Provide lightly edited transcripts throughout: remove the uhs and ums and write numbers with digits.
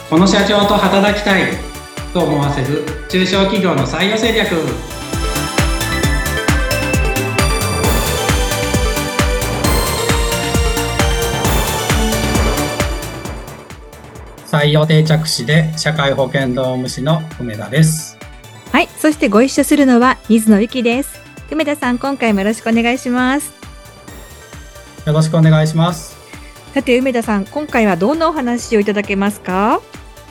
この社長と働きたいと思わせる中小企業の採用戦略。採用定着士で社会保険労務士の梅田です。 はい、そしてご一緒するのは水野ゆきです。梅田さん、今回もよろしくお願いします。 よろしくお願いします。 さて梅田さん、今回はどんなお話をいただけますか？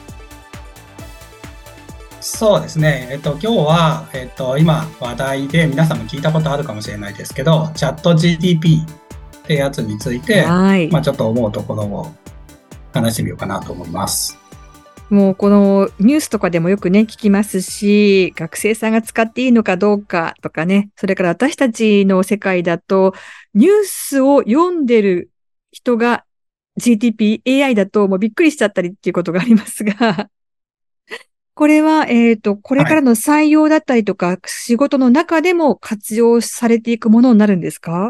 そうですね。今日は、今話題で皆さんも聞いたことあるかもしれないですけど、チャット GTP ってやつについて、ちょっと思うところを話してみようかなと思います。 もうこのニュースとかでもよくね、聞きますし、学生さんが使っていいのかどうかとかね、それから私たちの世界だと、ニュースを読んでる人が GTP、AI だともうびっくりしちゃったりっていうことがありますが、これは、これからの採用だったりとか、仕事の中でも活用されていくものになるんですか？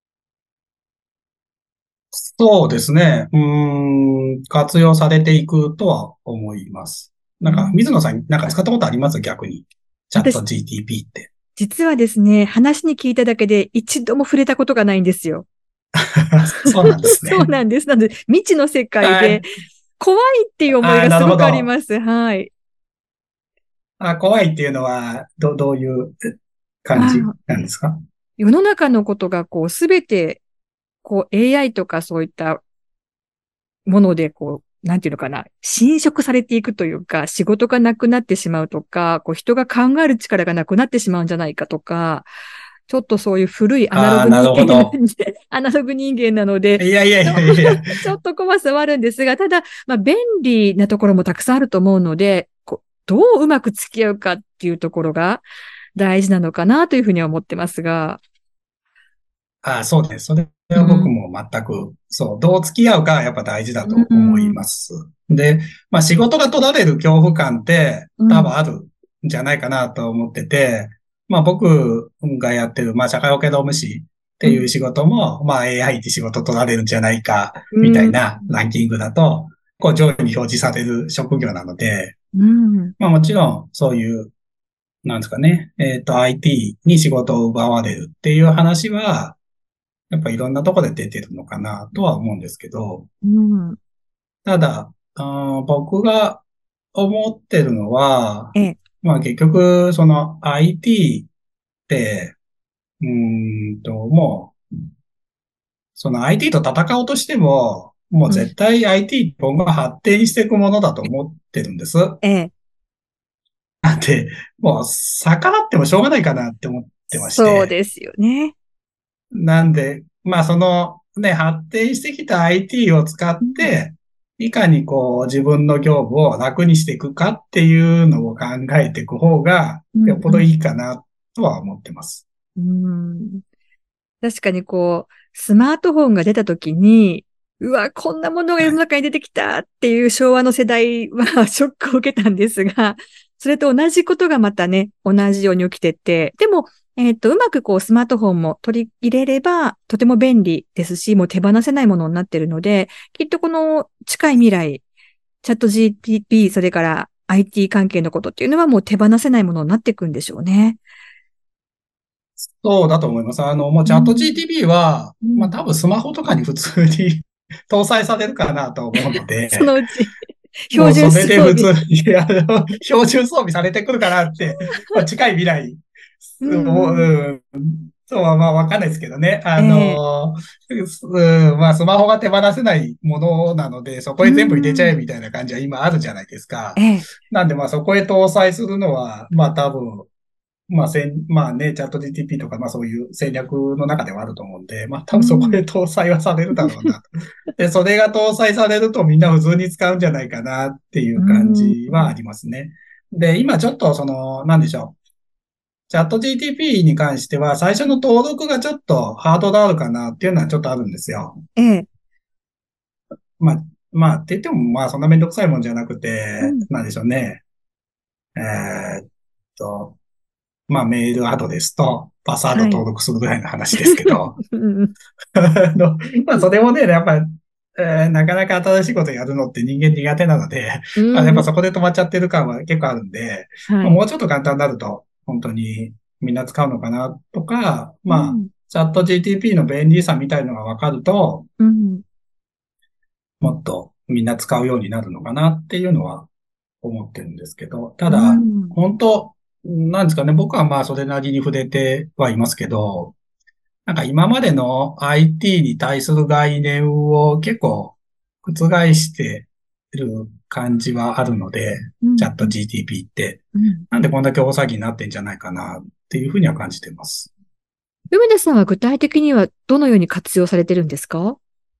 そうですね。活用されていくとは思います。水野さん、使ったことあります？逆に。チャット GTP って。 実はですね、話に聞いただけで一度も触れたことがないんですよ。 そうなんですね。 そうなんです。なので、未知の世界で、怖いっていう思いがすごくあります。はい。 怖いっていうのは、どういう感じなんですか？ 世の中のことがすべて、AI とかそういったものでなんていうのかな、侵食されていくというか、仕事がなくなってしまうとか、人が考える力がなくなってしまうんじゃないかとか、ちょっとそういう古いアナログ人間なんで、アナログ人間なので、ちょっと怖さはあるんですが、ただ、便利なところもたくさんあると思うので、どううまく付き合うかっていうところが大事なのかなというふうには思ってますが。 そうです。それは僕も全く、どう付き合うかやっぱ大事だと思います。で、仕事が取られる恐怖感って多分あるんじゃないかなと思ってて、僕がやってる、社会保険労務士っていう仕事も、AI って仕事取られるんじゃないか、みたいなランキングだと、上位に表示される職業なので、もちろんそういうなんですかね。IT に仕事を奪われるっていう話は、やっぱいろんなところで出てるのかなとは思うんですけど、ただ、僕が思ってるのは、結局、その IT って、もう、その IT と戦おうとしても、もう絶対 IT 今後発展していくものだと思ってるんです。なんで、もう逆らってもしょうがないかなって思ってまして。 そうですよね。 なんで、そのね、発展してきた IT を使って、いかに自分の業務を楽にしていくかっていうのを考えていく方が、よっぽどいいかなとは思ってます。 確かにスマートフォンが出た時に、うわ、こんなものが世の中に出てきたっていう昭和の世代はショックを受けたんですが、それと同じことがまたね、同じように起きてて、でも、うまくスマートフォンも取り入れれば、とても便利ですし、もう手放せないものになっているので、きっとこの近い未来、チャット GTP、それから IT 関係のことっていうのはもう手放せないものになっていくんでしょうね。 そうだと思います。もうチャット GTP は、多分スマホとかに普通に搭載されるかなと思うので。 そのうち。標準装備。 それで普通に、標準装備されてくるかなって、近い未来、そうはわかんないですけどね。スマホが手放せないものなので、そこへ全部入れちゃえみたいな感じは今あるじゃないですか。なんでそこへ搭載するのは、多分、チャット GTP とか、そういう戦略の中ではあると思うんで、多分そこで搭載はされるだろうな。で、それが搭載されるとみんな普通に使うんじゃないかなっていう感じはありますね。で、今ちょっとなんでしょう。チャット GTP に関しては、最初の登録がちょっとハードルあるかなっていうのはちょっとあるんですよ。って言っても、そんなめんどくさいもんじゃなくて、なんでしょうね。メールアドレスとパスワード登録するぐらいの話ですけど。それもね、やっぱなかなか新しいことやるのって人間苦手なので、 うやっぱん。 そこで止まっちゃってる感は結構あるんで、 はい。 もうちょっと簡単になると、本当にみんな使うのかなとか、 うん。 チャット GTP の便利さみたいのが分かると、 うん。 もっとみんな使うようになるのかなっていうのは思ってるんですけど、たうだ、 ん。 本当、なんですかね、僕はそれなりに触れてはいますけど、なんか今までの IT に対する概念を結構覆してる感じはあるので、 うん。 チャット GTP って。 うん。 なんでこんだけ大騒ぎになってんじゃないかなっていうふうには感じてます。 梅田さんは具体的にはどのように活用されてるんですか？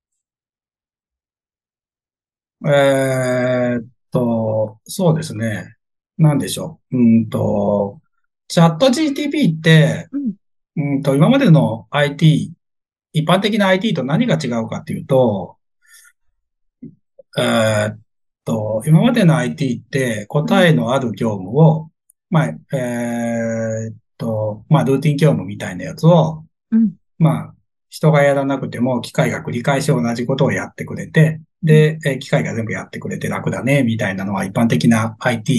そうですね。なんでしょう。チャット GTP って、 うん。 今までの IT、一般的な IT と何が違うかっていうと、今までの IT ってうん。 答えのある業務を、ルーティン業務みたいなやつを、 うん。 まあ、人がやらなくても機械が繰り返し同じことをやってくれて、 うん。 で、機械が全部やってくれて楽だね、みたいなのは一般的な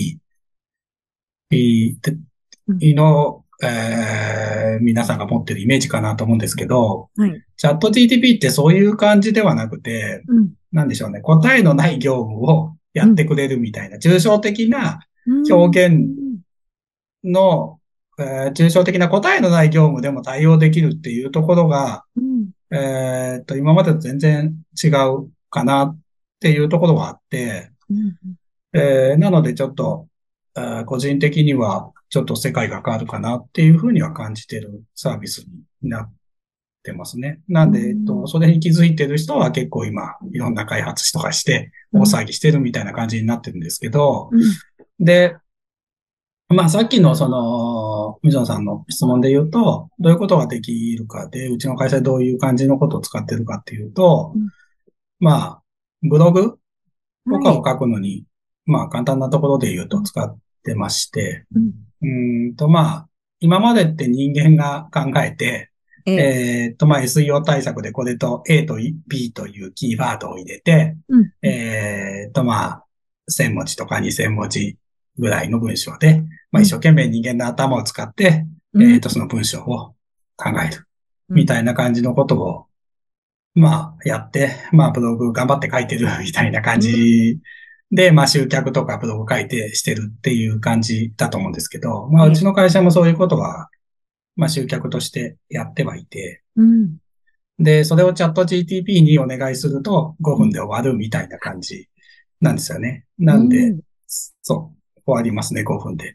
うん。 IT の、皆さんが持ってるイメージかなと思うんですけど、 はい。 チャット GTP ってそういう感じではなくて、 うん。 なんでしょうね、答えのない業務をやうん。 ってくれるみたいな、抽象的なうん。 表現の、抽象的な答えのない業務でも対応できるっていうところが、 うん。 今までと全然違うかなっていうところがあって、 うん。 なのでちょっと、個人的にはちょっと世界が変わるかなっていうふうには感じているサービスになってますね。なうんで、 ん。 それに気づいてる人は結構今、いろんな開発とかして大うん。 騒ぎしてるみたいな感じになってるんですけど、 うん。 で、さっきのその、水野さんの質問で言うと、どういうことができるかで、うちの会社でどういう感じのことを使ってるかっていうと、 うん。 まあ、ブログとはい。 かを書くのに、簡単なところで言ううん。 と使ってまして、 うん。 今までって人間が考えて、 ええ。 SEO 対策でこれと A と B というキーワードを入れて、 うん。うん。 1000文字とか2000文字ぐらいの文章で、 うん。 一生懸命人間の頭を使って、 うん。 その文章を考える。 うん。 みたいな感じのことを、やって、ブログ頑張って書いてるみたいな感うん。 じで、集客とかブログ書いてしてるっていう感じだと思うんですけど、うちええ。 の会社もそういうことは、集客としてやってはいて、 うん。 で、それをチャット GTP にお願いすると5 うん。 分で終わるみたいな感じなんですよね。 うなんで、 ん。 そう、終わりますね、5分で。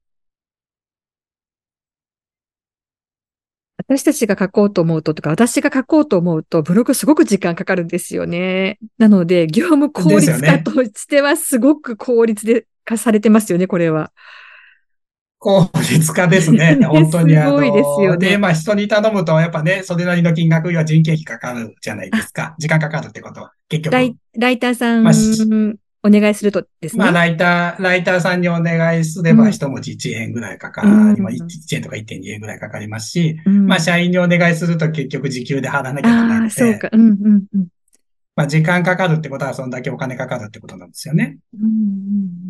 私たちが書こうと思うと、とか、私が書こうと思うと、ブログすごく時間かかるんですよね。なので、業務効ですよね。 率化としてはすごく効率で化されてますよね、これは。 効率化ですね。 ね、 本当にすごいですよね。 人に頼むとやっぱね、それなりの金額や人件費かかるじゃないですか。時間かかるってこと。結局。 ライターさまあ、しん、お願いするとですね。 ライターさんにお願いすればうん。 一文字1円ぐらいかうかり、 ん。 1円とか1.2円ぐらいかかりますし、 うん。 社員にお願いすると結局時給で払わなきゃならないああ、 ので、 そうか。うん、うん、うん。 時間かかるってことはそんだけお金かかるってことなんですよね。 うん、うん。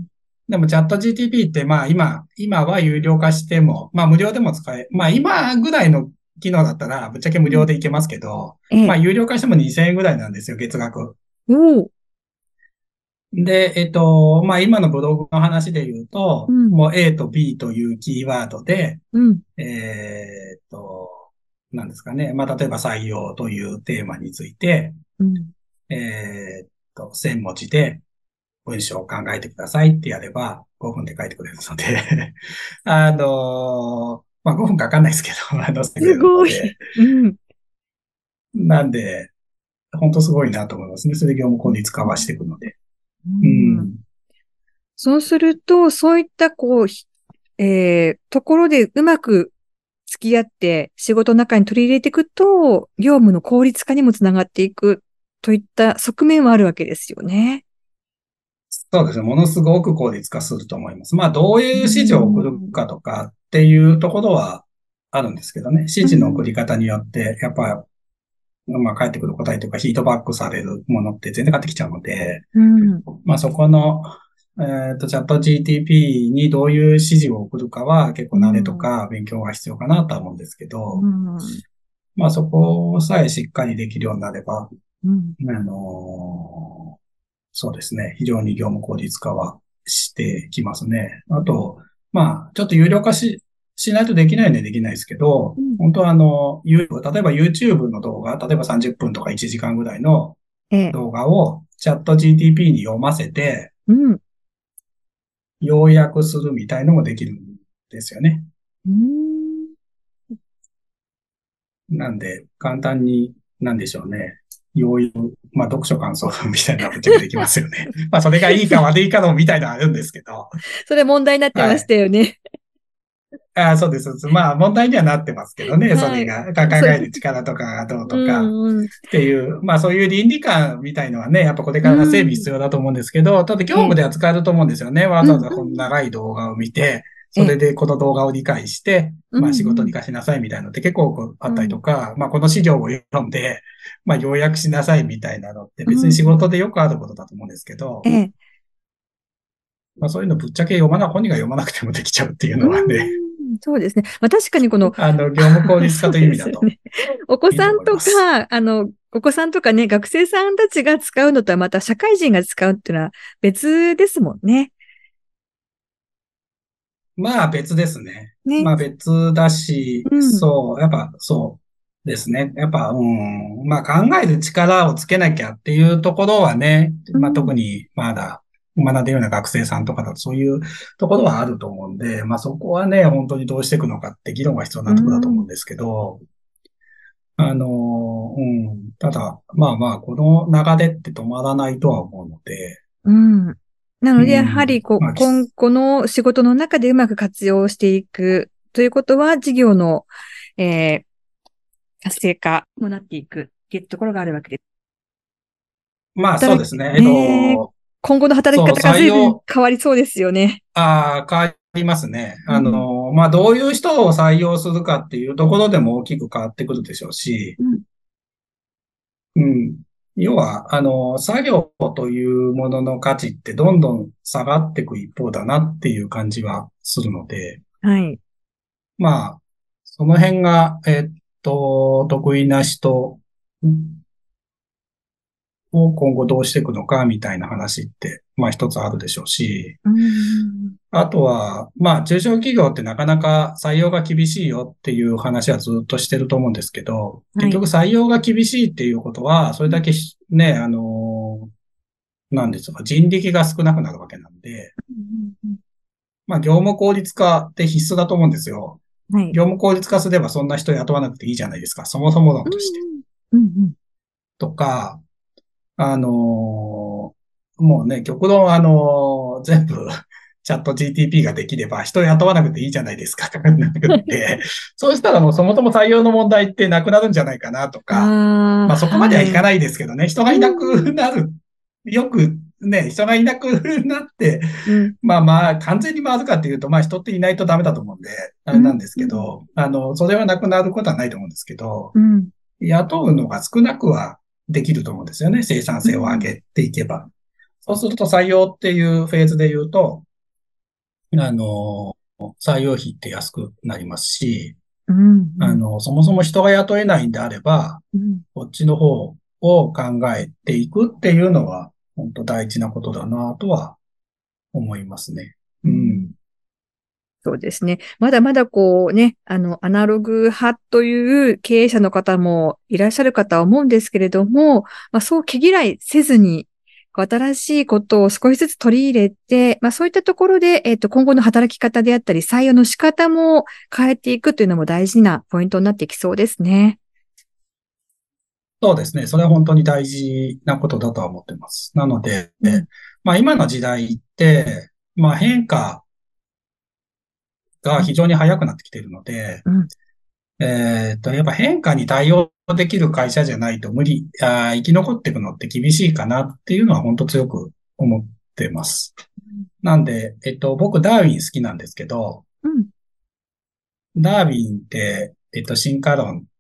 でもチャット GTP って今は有料化しても、無料でも使え、今ぐらいの機能だったらぶっちゃけ無うん。 料でいけますけど、 ええ。 有料化しても2000円ぐらいなんですよ、月額。 おお。 で、今のブログの話で言うと、 うん。 もう A と B というキーワードで、 うん。 えっと、なんですかね。例えば採用というテーマについて、 うん。 1000文字で文章を考えてくださいってやれば5分で書いてくれるので5分かかんないですけど、してくれるすごい。 ので、 うん。 なんで、本当すごいなと思いますね。それ業務効率化はしていくので。 ううん。 ん。 そうすると、そういった、ところでうまく付き合って仕事の中に取り入れていくと、業務の効率化にもつながっていくといった側面はあるわけですよね。 そうですね。ものすごく効率化すると思います。どういうう指示を送るん。 かとかっていうところはあるんですけどね。指う示の送りん。 方によって、やっぱまあ、返ってくる答えとかフィードバックされるものって全然変わってきちゃうので、 うん。 まあ、そこの、チャット GTP にどういう指示を送るかは結構慣れとうん。 か勉強が必要かなとは思うんですけうど、 ん。 まあ、そこさえしっかりできるようになれば、 うん。 そうですね。非常に業務効率化はしてきますね。あと、まあ、ちょっと有料化しないとできないのはできないですけど、 うん。 本当は例えば YouTube の動画、例えば30分とか1時間ぐらいのええ。 動画をチャット GTP に読ませて、 うん。 要約するみたいのもできるんですよね。 うん。 なんで、簡単に、なんでしょうね。要約、まあ、読書感想文みたいなのはぶっちゃけできますよね。まあ、それがいいか悪いかのみたいなのあるんですけど。 それ問題になってましはい。 たよね。 そうです。まあ、問題にはなってますけどね。そはい。 れが、考そう。 える力とかがどううとかん。うん。 っていう、まあ、そういう倫理観みたいのはね、やっぱこれうから整備必ん。 要だと思うんですけど、ただ業ええ。 務では使えると思うんですよね。わうん。 ざわざこのうん。 長い動画を見て、それええ。 でこの動画を理解して、 うん。 まあ、仕うん。 事に活かしなさいみたいなのって結構あったりうん。 とか、まあ、この資料を読んで、まあ、要約しなさいみたいなのってう別に仕ん。 事でよくあることだと思うんですけど、 ええ。 まあ、そういうのぶっちゃけ本人が読まなくてもできちゃうっていううのはね、 ん。そうですね。まあ、確かにこの、 業務効率そう化という意味だとですよね。お子いいとさん思います。 とか、お子さんとかね、学生さんたちが使うのとはまた社会人が使うっていうのは別ですもんね。 まあ別ですね。 ね。 まあ別だし、 うん。 そう、やっぱそうですね。やっぱ、まあ考える力をつけなきゃっていうところはね、まあうん。 特にまだ学んでるような学生さんとかだとそういうところはあると思うんで、まあそこはね、本当にどうしていくのかって議論が必要うなところだと思うん。 んですけど、ただ、まあまあ、この流れって止まらないとは思うので、 うん。なので、やはり、 まあ、 今後の仕事の中でうまく活用していくということは、事業の、えー活性化もなっていくっていうところがあるわけです。 まあそうですね。 ねえ、今後の働きそう、 方が随分採用、 変わりそうですよね。 変わりますね。 うん。 まあ、どういう人を採用するかっていうところでも大きく変わってくるでしょうし、 うん。 うん。要は、作業というものの価値ってどんどん下がっていく一方だなっていう感じはするので、 はい。 まあ、その辺が、得意な人を今後どうしていくのかみたいな話って、まあ一つあるでしょうし、 うん。 あとは、まあ中小企業ってなかなか採用が厳しいよっていう話はずっとしてると思うんですけど、 はい。 結局採用が厳しいっていうことは、それだけね、なんですか、人力が少なくなるわけなんで、 うん。 まあ業務効率化って必須だと思うんですよ。 はい。 業務効率化すればそんな人雇わなくていいじゃないですか。そもそも論うとして。 ん。うん。 とか、あのもうね、極論全部チャット GTP ができれば人雇わなくていいじゃないですかとかなくって、そうしたらもうそもそも採用の問題ってなくなるんじゃないかなとか、 ああ、 まあそこまではい。 はいかないですけどね、人うがいなくん。 なる。よくね、人がいなくなって、 うん。 まあまあ完全に回るかっていうと、まあ人っていないとダメだと思うんで、あうん。 れなんですうん。 けど、それはなくなることはないと思うんですけど、 うん。 雇うのが少なくはできると思うんですよね。生産性を上うん。 げていけば。そうすると採用っていうフェーズで言うと、採用費って安くなりますし、 うん。 そもそも人が雇えないんであれば、 うん。 こっちの方を考えていくっていうのは、本当大事なことだなとは思いますね。 うん。 うん。 そうですね。まだまだこうね、アナログ派という経営者の方もいらっしゃるかとは思うんですけれども、まあそう毛嫌いせずに、新しいことを少しずつ取り入れて、まあそういったところで、今後の働き方であったり、採用の仕方も変えていくというのも大事なポイントになってきそうですね。 そうですね。それは本当に大事なことだとは思ってます。なので、 うん。 まあ今の時代って、まあ変化が非常に早くなってきているので、 うん。 やっぱ変化に対応できる会社じゃないと生き残っていくのって厳しいかなっていうのは本当強く思ってます。なんで、僕ダーウィン好きなんですけど、 うん。 ダーウィンって、進化論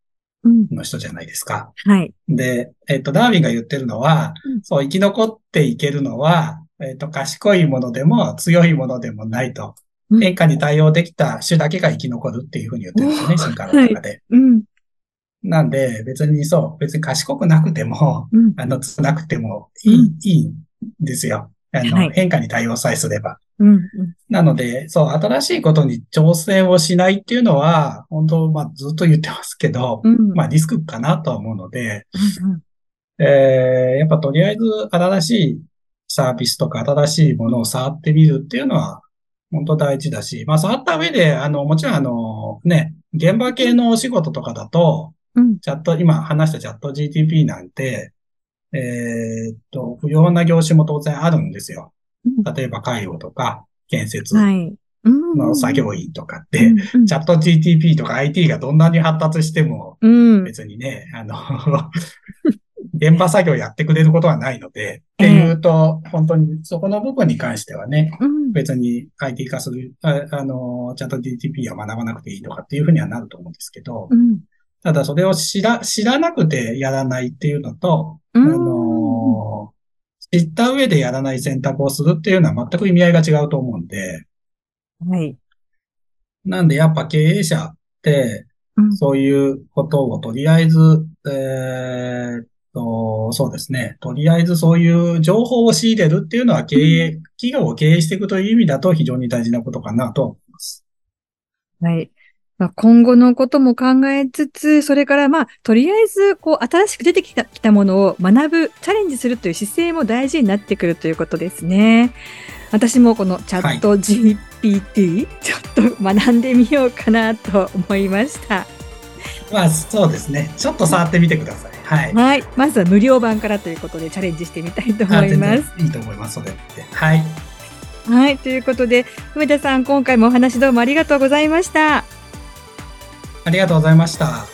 の人じゃないですか。 はい。 で、ダーウィンが言ってるのは、そう、生き残っていけるのは、賢いものでも強いものでもないと。変化に対応できた種だけが生き残るっていうふうに言ってるんですよね、進化の中で。なんで、別に賢くなくても、少なくてもいいんですよ。変化に対応さえすれば。なので、そう、新しいことに挑戦をしないっていうのは、本当、ずっと言ってますけど、リスクかなとは思うので、やっぱとりあえず新しいサービスとか新しいものを触ってみるっていうのは、本当大事だし、触った上で、もちろん現場系のお仕事とかだと、今話したチャット GTP なんて、不要な業種も当然あるんですよ。例えば介護とか建設の作業員とかって、チャット GTP とか IT がどんなに発達しても、別にね、現場作業やってくれることはないので、っていうと、本当にそこの部分に関してはね、別に IT 化する、チャット GTP は学ばなくていいとかっていうふうにはなると思うんですけど、ただそれを知らなくてやらないっていうのと、知った上でやらない選択をするっていうのは全く意味合いが違うと思うんで、 はい。 なんでやっぱ経営者って、そういうことをとりあえず、そうですね。とりあえずそういう情報を仕入れるっていうのは企業を経営していくという意味だと非常に大事なことかなと思います。 はい。今後のことも考えつつ、それからとりあえず、新しく出てきたものを学ぶ、チャレンジするという姿勢も大事になってくるということですね。私もこのチャット GPT、ちょっと学んでみようかなと思いました。 そうですね。ちょっと触ってみてください。はい。 はい。まずは無料版からということでチャレンジしてみたいと思います。 いいと思います。それって。はい。 はい。ということで、梅田さん、今回もお話どうもありがとうございました。 ありがとうございました。